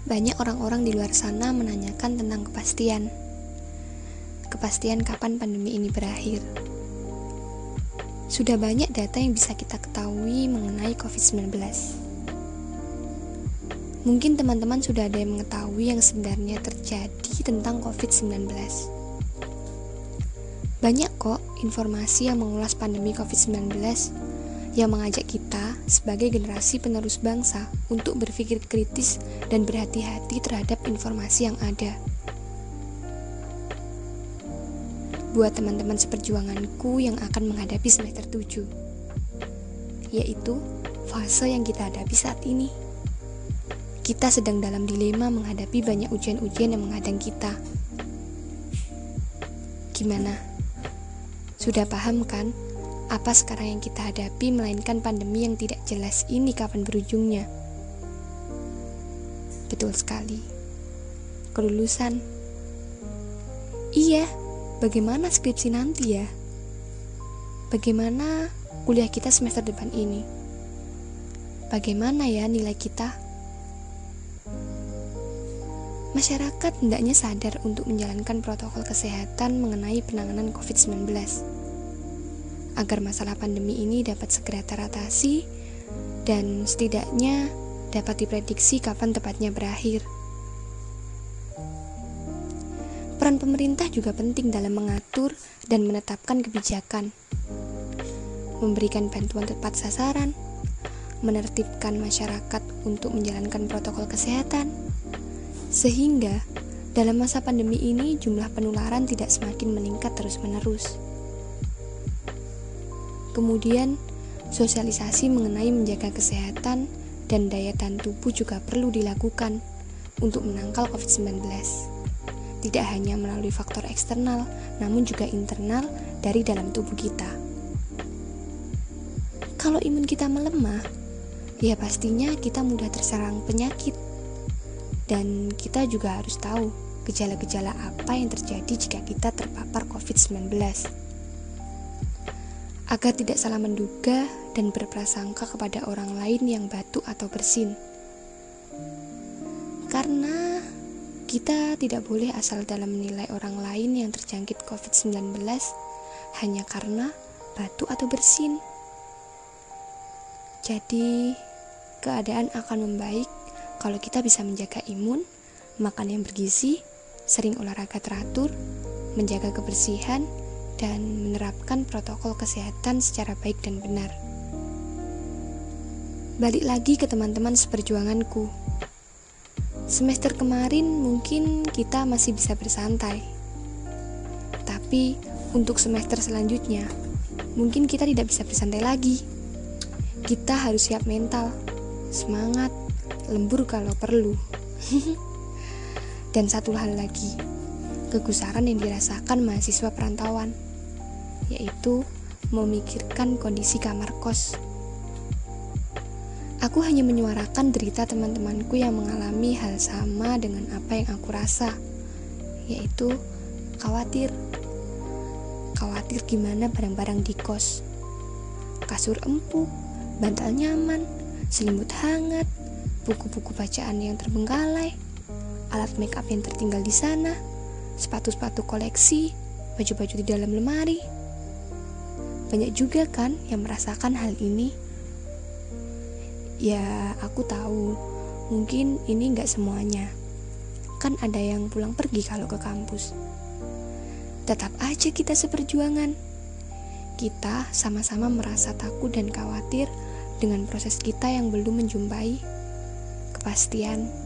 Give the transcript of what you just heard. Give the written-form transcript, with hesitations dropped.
Banyak orang-orang di luar sana menanyakan tentang kepastian. Kepastian kapan pandemi ini berakhir. Sudah banyak data yang bisa kita ketahui mengenai COVID-19. Mungkin teman-teman sudah ada yang mengetahui yang sebenarnya terjadi tentang COVID-19. Banyak kok informasi yang mengulas pandemi COVID-19 yang mengajak kita sebagai generasi penerus bangsa untuk berpikir kritis dan berhati-hati terhadap informasi yang ada. Buat teman-teman seperjuanganku yang akan menghadapi semester 7, yaitu fase yang kita hadapi saat ini. Kita sedang dalam dilema menghadapi banyak ujian-ujian yang menghadang kita. Gimana? Sudah paham kan? Apa sekarang yang kita hadapi melainkan pandemi yang tidak jelas ini kapan berujungnya? Betul sekali. Kelulusan. Iya, bagaimana skripsi nanti ya? Bagaimana kuliah kita semester depan ini? Bagaimana ya nilai kita? Masyarakat hendaknya sadar untuk menjalankan protokol kesehatan mengenai penanganan COVID-19 agar masalah pandemi ini dapat segera teratasi dan setidaknya dapat diprediksi kapan tepatnya berakhir. Peran pemerintah juga penting dalam mengatur dan menetapkan kebijakan, memberikan bantuan tepat sasaran, menertibkan masyarakat untuk menjalankan protokol kesehatan, sehingga dalam masa pandemi ini jumlah penularan tidak semakin meningkat terus-menerus. Kemudian, sosialisasi mengenai menjaga kesehatan dan daya tahan tubuh juga perlu dilakukan untuk menangkal COVID-19. Tidak hanya melalui faktor eksternal, namun juga internal dari dalam tubuh kita. Kalau imun kita melemah, ya pastinya kita mudah terserang penyakit. Dan kita juga harus tahu gejala-gejala apa yang terjadi jika kita terpapar COVID-19. Agar tidak salah menduga dan berprasangka kepada orang lain yang batuk atau bersin. Karena kita tidak boleh asal dalam menilai orang lain yang terjangkit COVID-19 hanya karena batuk atau bersin. Jadi, keadaan akan membaik kalau kita bisa menjaga imun, makan yang bergizi, sering olahraga teratur, menjaga kebersihan, dan menerapkan protokol kesehatan secara baik dan benar. Balik lagi ke teman-teman seperjuanganku. Semester kemarin mungkin kita masih bisa bersantai. Tapi untuk semester selanjutnya, mungkin kita tidak bisa bersantai lagi. Kita harus siap mental, semangat, lembur kalau perlu. Dan satu hal lagi, kegusaran yang dirasakan mahasiswa perantauan, yaitu memikirkan kondisi kamar kos. Aku hanya menyuarakan derita teman-temanku yang mengalami hal sama dengan apa yang aku rasa, yaitu khawatir gimana barang-barang di kos. Kasur empuk, bantal nyaman, selimut hangat, buku-buku bacaan yang terbengkalai, alat make up yang tertinggal di sana, sepatu-sepatu koleksi, baju-baju di dalam lemari. Banyak juga kan yang merasakan hal ini. Ya, aku tahu, mungkin ini gak semuanya. Kan ada yang pulang pergi kalau ke kampus. Tetap aja kita seperjuangan. Kita sama-sama merasa takut dan khawatir dengan proses kita yang belum menjumpai kepastian.